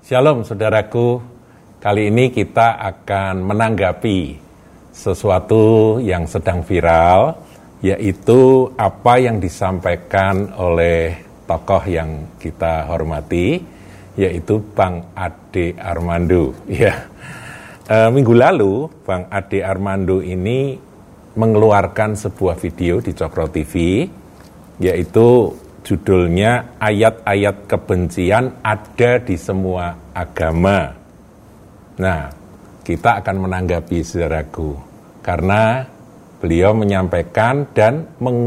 Shalom saudaraku, kali ini kita akan menanggapi sesuatu yang sedang viral, yaitu apa yang disampaikan oleh tokoh yang kita hormati, yaitu Bang Ade Armando. Ya, minggu lalu Bang Ade Armando ini mengeluarkan sebuah video di Cokro TV, yaitu judulnya ayat-ayat kebencian ada di semua agama. Nah, kita akan menanggapi saudaraku, karena beliau menyampaikan dan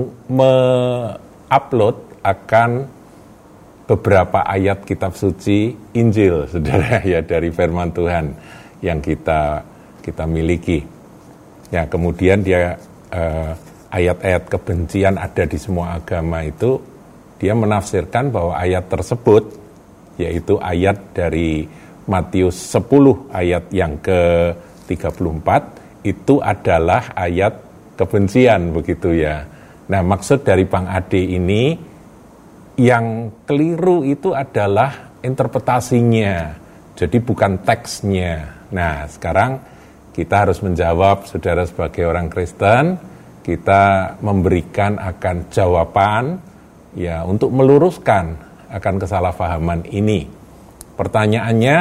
upload akan beberapa ayat kitab suci Injil, saudara, ya, dari firman Tuhan yang kita miliki. Ya, kemudian dia ayat-ayat kebencian ada di semua agama itu, dia menafsirkan bahwa ayat tersebut, yaitu ayat dari Matius 10 ayat yang ke-34, itu adalah ayat kebencian, begitu ya. Nah, maksud dari Bang Ade ini, yang keliru itu adalah interpretasinya, jadi bukan teksnya. Nah, sekarang kita harus menjawab, saudara, sebagai orang Kristen, kita memberikan akan jawaban, ya, untuk meluruskan akan kesalahpahaman ini. Pertanyaannya,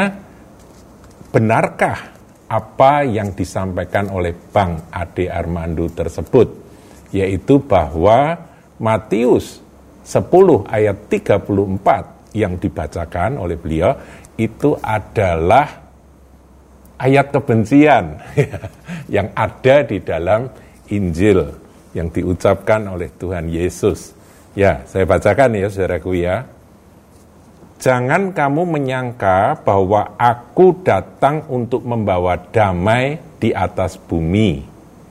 benarkah apa yang disampaikan oleh Bang Ade Armando tersebut, yaitu bahwa Matius 10 ayat 34 yang dibacakan oleh beliau itu adalah ayat kebencian yang ada di dalam Injil yang diucapkan oleh Tuhan Yesus. Ya, saya bacakan ya, saudaraku ya. Jangan kamu menyangka bahwa aku datang untuk membawa damai di atas bumi.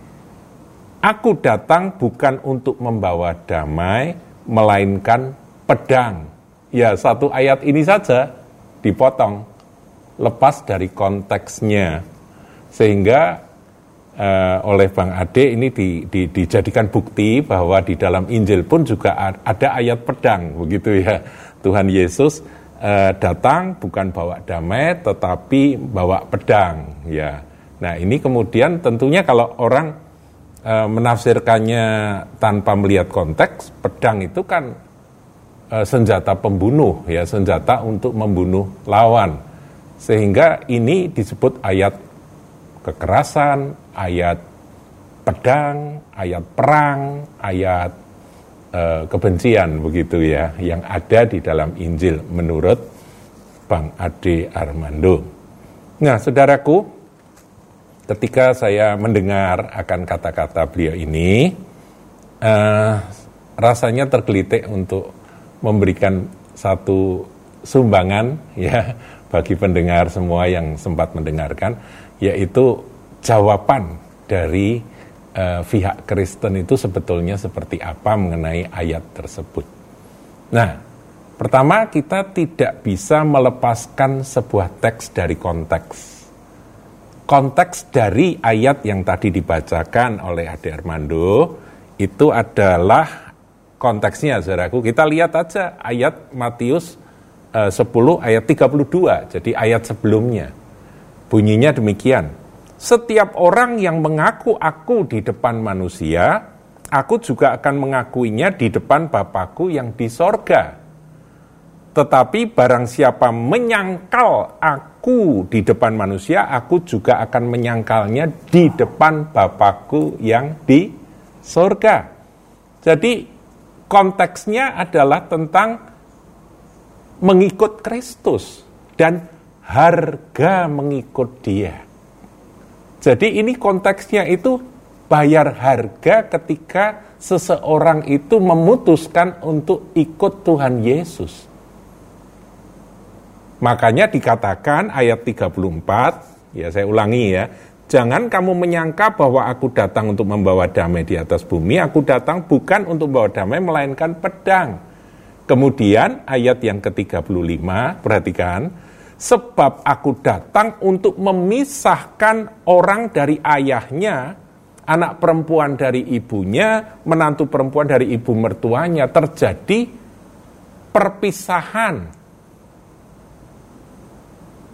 Aku datang bukan untuk membawa damai, melainkan pedang. Ya, satu ayat ini saja dipotong, lepas dari konteksnya. Sehingga oleh Bang Ade ini dijadikan bukti bahwa di dalam Injil pun juga ada ayat pedang, begitu ya. Tuhan Yesus datang bukan bawa damai tetapi bawa pedang, ya. Nah, ini kemudian tentunya kalau orang menafsirkannya tanpa melihat konteks, pedang itu kan senjata pembunuh, ya, senjata untuk membunuh lawan. Sehingga ini disebut ayat kekerasan, ayat pedang, ayat perang, ayat kebencian, begitu ya, yang ada di dalam Injil menurut Bang Ade Armando. Nah, saudaraku, ketika saya mendengar akan kata-kata beliau ini, rasanya tergelitik untuk memberikan satu sumbangan, ya, bagi pendengar semua yang sempat mendengarkan, yaitu jawaban dari pihak Kristen itu sebetulnya seperti apa mengenai ayat tersebut. Nah, pertama, kita tidak bisa melepaskan sebuah teks dari konteks. Konteks dari ayat yang tadi dibacakan oleh Ade Armando itu adalah konteksnya, saudaraku. Kita lihat aja ayat Matius 10 ayat 32, jadi ayat sebelumnya. Bunyinya demikian, setiap orang yang mengaku aku di depan manusia, aku juga akan mengakuinya di depan Bapa-Ku yang di sorga. Tetapi barang siapa menyangkal aku di depan manusia, aku juga akan menyangkalnya di depan Bapa-Ku yang di sorga. Jadi konteksnya adalah tentang mengikut Kristus dan harga mengikut Dia. Jadi ini konteksnya itu bayar harga ketika seseorang itu memutuskan untuk ikut Tuhan Yesus. Makanya dikatakan ayat 34, ya saya ulangi ya, jangan kamu menyangka bahwa aku datang untuk membawa damai di atas bumi, aku datang bukan untuk membawa damai melainkan pedang. Kemudian ayat yang ke-35, perhatikan, sebab aku datang untuk memisahkan orang dari ayahnya, anak perempuan dari ibunya, menantu perempuan dari ibu mertuanya. Terjadi perpisahan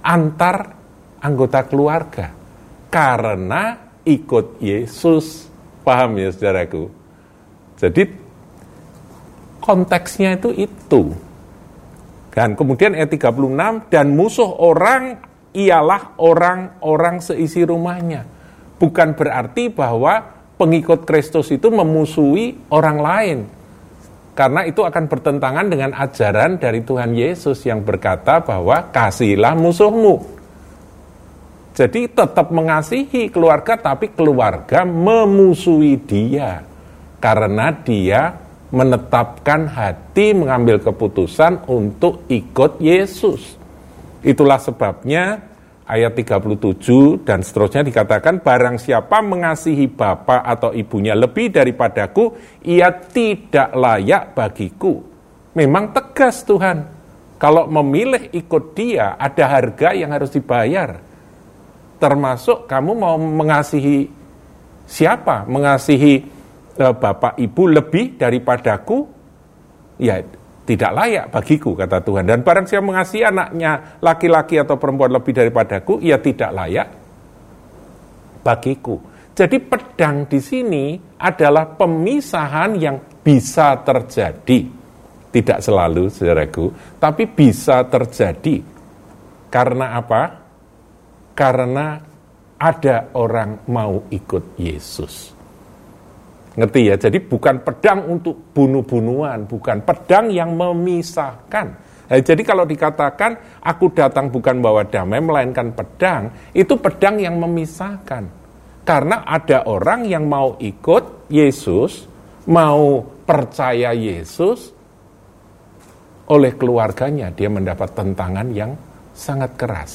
antar anggota keluarga. Karena ikut Yesus. Paham ya saudaraku? Jadi konteksnya itu. Dan kemudian ayat 36, dan musuh orang ialah orang-orang seisi rumahnya. Bukan berarti bahwa pengikut Kristus itu memusuhi orang lain. Karena itu akan bertentangan dengan ajaran dari Tuhan Yesus yang berkata bahwa kasihilah musuhmu. Jadi tetap mengasihi keluarga, tapi keluarga memusuhi dia. Karena dia menetapkan hati, mengambil keputusan untuk ikut Yesus. Itulah sebabnya ayat 37 dan seterusnya dikatakan, barang siapa mengasihi bapa atau ibunya lebih daripadaku, ia tidak layak bagiku. Memang tegas Tuhan. Kalau memilih ikut dia, ada harga yang harus dibayar. Termasuk kamu mau mengasihi siapa? Mengasihi bapak ibu lebih daripadaku, ya tidak layak bagiku, kata Tuhan. Dan barang siapa mengasihi anaknya laki-laki atau perempuan lebih daripadaku, ia tidak layak bagiku. Jadi pedang di sini adalah pemisahan yang bisa terjadi. Tidak selalu, saudaraku, tapi bisa terjadi. Karena apa? Karena ada orang mau ikut Yesus. Ngerti ya? Jadi bukan pedang untuk bunuh-bunuhan, bukan pedang yang memisahkan. Nah, jadi kalau dikatakan aku datang bukan bawa damai melainkan pedang, itu pedang yang memisahkan. Karena ada orang yang mau ikut Yesus, mau percaya Yesus, oleh keluarganya dia mendapat tentangan yang sangat keras.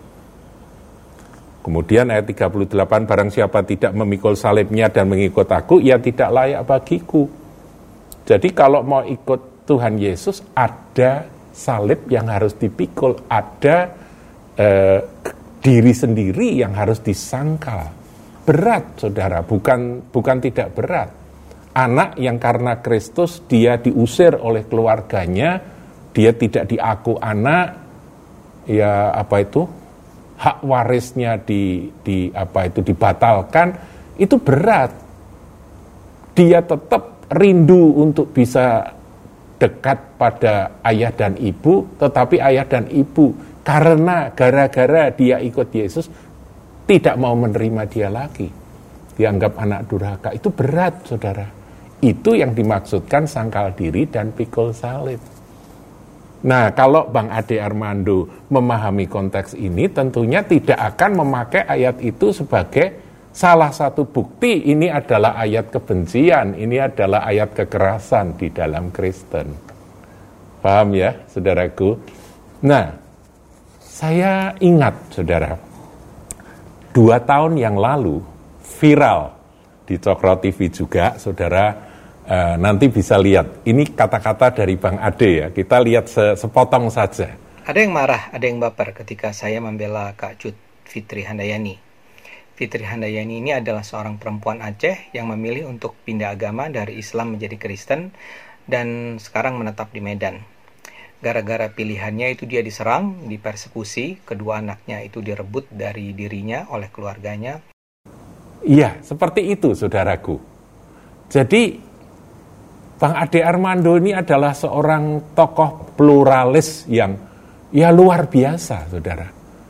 Kemudian ayat 38, barang siapa tidak memikul salibnya dan mengikut aku, ia tidak layak bagiku. Jadi kalau mau ikut Tuhan Yesus, ada salib yang harus dipikul, ada diri sendiri yang harus disangkal. Berat, saudara, bukan tidak berat. Anak yang karena Kristus dia diusir oleh keluarganya, dia tidak diaku anak, ya apa itu? Hak warisnya dibatalkan, itu berat. Dia tetap rindu untuk bisa dekat pada ayah dan ibu, tetapi ayah dan ibu karena gara-gara dia ikut Yesus tidak mau menerima dia lagi. Dianggap anak durhaka. Itu berat, saudara. Itu yang dimaksudkan sangkal diri dan pikul salib. Nah, kalau Bang Ade Armando memahami konteks ini, tentunya tidak akan memakai ayat itu sebagai salah satu bukti ini adalah ayat kebencian, ini adalah ayat kekerasan di dalam Kristen. Paham ya, saudaraku? Nah, saya ingat, saudara, 2 tahun yang lalu, viral di Cokro TV juga, saudara, nanti bisa lihat, ini kata-kata dari Bang Ade ya, kita lihat sepotong saja. Ada yang marah, ada yang baper ketika saya membela Kak Cut Fitri Handayani. Fitri Handayani ini adalah seorang perempuan Aceh yang memilih untuk pindah agama dari Islam menjadi Kristen dan sekarang menetap di Medan. Gara-gara pilihannya itu dia diserang, dipersekusi, kedua anaknya itu direbut dari dirinya oleh keluarganya. Iya, seperti itu saudaraku. Jadi Bang Ade Armando ini adalah seorang tokoh pluralis yang ya luar biasa, saudara.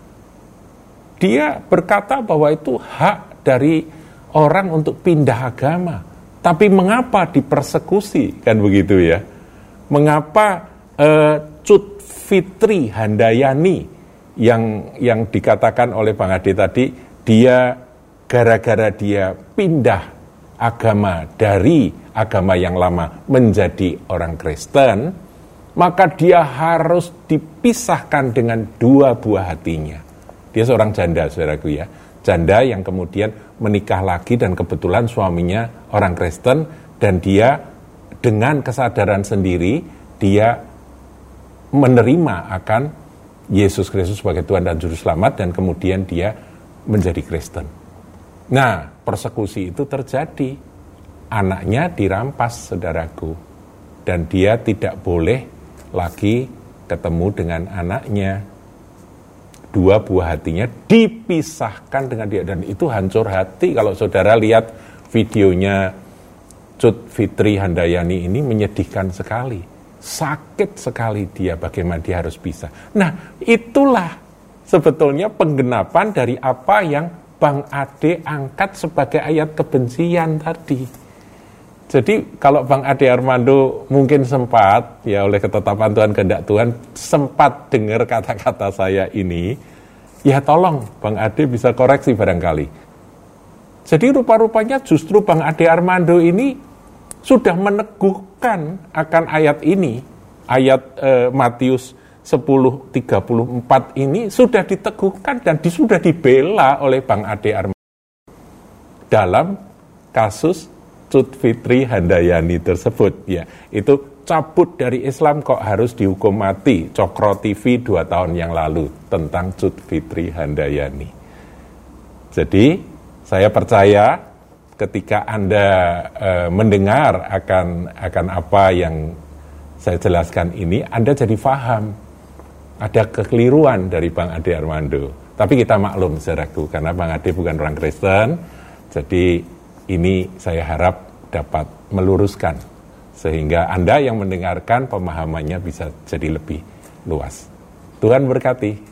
Dia berkata bahwa itu hak dari orang untuk pindah agama. Tapi mengapa dipersekusi, kan begitu ya? Mengapa Cut Fitri Handayani yang dikatakan oleh Bang Ade tadi, dia gara-gara dia pindah agama dari agama yang lama menjadi orang Kristen, maka dia harus dipisahkan dengan 2 buah hatinya. Dia seorang janda, saudaraku ya. Janda yang kemudian menikah lagi dan kebetulan suaminya orang Kristen, dan dia dengan kesadaran sendiri, dia menerima akan Yesus Kristus sebagai Tuhan dan Juru Selamat, dan kemudian dia menjadi Kristen. Nah, persekusi itu terjadi. Anaknya dirampas, saudaraku. Dan dia tidak boleh lagi ketemu dengan anaknya. dua buah hatinya dipisahkan dengan dia. Dan itu hancur hati kalau saudara lihat videonya Cut Fitri Handayani ini, menyedihkan sekali. Sakit sekali dia bagaimana dia harus pisah. Nah, itulah sebetulnya penggenapan dari apa yang Bang Ade angkat sebagai ayat kebencian tadi. Jadi kalau Bang Ade Armando mungkin sempat, ya oleh ketetapan Tuhan, kehendak Tuhan, sempat dengar kata-kata saya ini, ya tolong Bang Ade bisa koreksi barangkali. Jadi rupa-rupanya justru Bang Ade Armando ini sudah meneguhkan akan ayat ini, ayat Matius 10:34 ini sudah diteguhkan dan sudah dibela oleh Bang Ade Armando dalam kasus Cut Fitri Handayani tersebut. Ya, itu cabut dari Islam kok harus dihukum mati. Cokro TV 2 tahun yang lalu tentang Cut Fitri Handayani. Jadi saya percaya ketika Anda mendengar akan apa yang saya jelaskan ini, Anda jadi paham ada kekeliruan dari Bang Ade Armando. Tapi kita maklum saudaraku, karena Bang Ade bukan orang Kristen, jadi ini saya harap dapat meluruskan sehingga Anda yang mendengarkan pemahamannya bisa jadi lebih luas. Tuhan berkati.